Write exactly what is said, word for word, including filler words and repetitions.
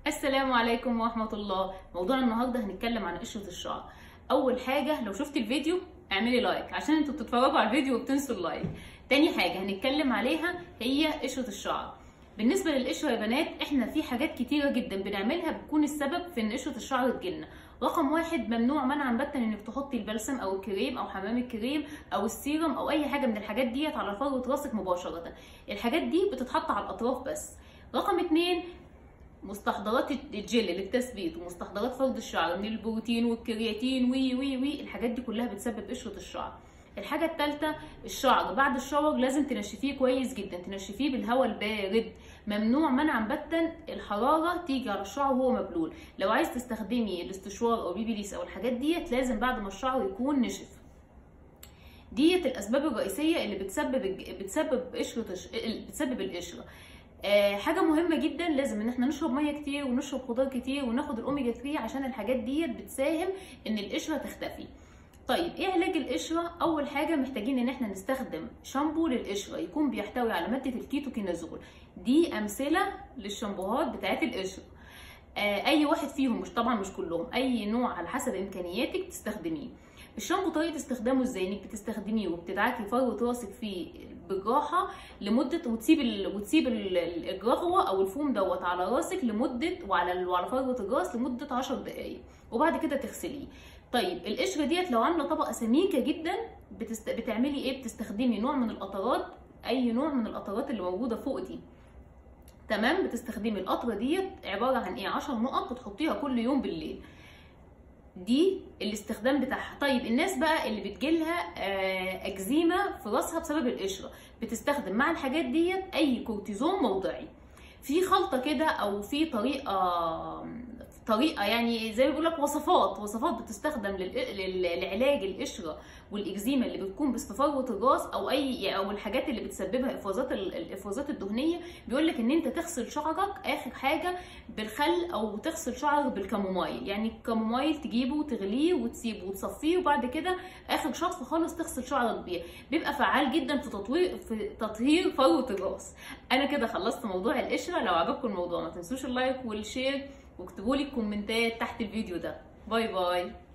السلام عليكم ورحمة الله. موضوع النهاردة هنتكلم عن قشرة الشعر. أول حاجة لو شفتي الفيديو اعملي لايك عشان انتوا بتتفرجوا على الفيديو وبتنسوا اللايك. تاني حاجة هنتكلم عليها هي قشرة الشعر. بالنسبة للقشرة يا بنات، احنا في حاجات كتيرة جدا بنعملها بتكون السبب في ان قشرة الشعر تجيلنا. رقم واحد، ممنوع منعا باتا انك تحطي البلسم او الكريم او حمام الكريم او السيرم او اي حاجة من الحاجات ديت على فروة راسك مباشرة. الحاجات دي بتتحط على الاطراف بس. رقم اتنين، مستحضرات الجل للتثبيت ومستحضرات فرد الشعر من البروتين والكرياتين وي وي وي الحاجات دي كلها بتسبب قشرة الشعر. الحاجة الثالثة، الشعر بعد الشاور لازم تنشفيه كويس جدا، تنشفيه بالهواء البارد. ممنوع منعا باتا الحرارة تيجي على الشعر وهو مبلول. لو عايز تستخدمي الاستشوار او بيبي او الحاجات ديت لازم بعد ما الشعر يكون نشف. ديت الاسباب الرئيسية اللي بتسبب بتسبب قشرة بتسبب القشرة. آه حاجه مهمه جدا، لازم ان احنا نشرب ميه كتير ونشرب خضار كتير وناخد الاوميجا ثلاثة عشان الحاجات ديت بتساهم ان القشره تختفي. طيب ايه علاج القشره؟ اول حاجه محتاجين ان احنا نستخدم شامبو للقشره يكون بيحتوي على ماده الكيتوكينازول. دي امثله للشامبوهات بتاعت القشره. آه اي واحد فيهم، مش طبعا مش كلهم، اي نوع على حسب امكانياتك تستخدميه. الشامبو طريقه استخدامه ازاي؟ انك بتستخدميه وبتدعكي فروه راسك فيه بالراحه لمده، وتسيب ال... وتسيب الجغوه او الفوم دوت على راسك لمده، وعلى وعلى فروه الراس لمده عشر دقائق، وبعد كده تغسليه. طيب القشره ديت لو عامله طبقه سميكه جدا بتست... بتعملي ايه؟ بتستخدمي نوع من القطرات، اي نوع من القطرات اللي موجوده فوق دي، تمام؟ بتستخدمي القطره ديت عباره عن ايه؟ عشر نقط بتحطيها كل يوم بالليل. دي الاستخدام بتاعها. طيب الناس بقى اللي بتجيلها اكزيما في راسها بسبب القشره بتستخدم مع الحاجات ديت اي كورتيزون موضعي. في خلطه كده او في طريقه طريقه يعني زي ما بيقول لك وصفات وصفات بتستخدم لعلاج القشره والاكزيما اللي بتكون باستفروه الراس او اي او الحاجات اللي بتسببها افرازات الافرازات الدهنيه. بيقول لك ان انت تغسل شعرك اخر حاجه بالخل او تغسل شعرك بالكامومايل. يعني الكامومايل تجيبه وتغليه وتسيبه وتصفيه وبعد كده اخر شطف خالص تغسل شعرك بيه، بيبقى فعال جدا في تطوير في تطهير فروه الراس. انا كده خلصت موضوع القشره. لو عجبكم الموضوع ما تنسوش اللايك والشير واكتبوا لي الكومنتات تحت الفيديو ده. باي باي.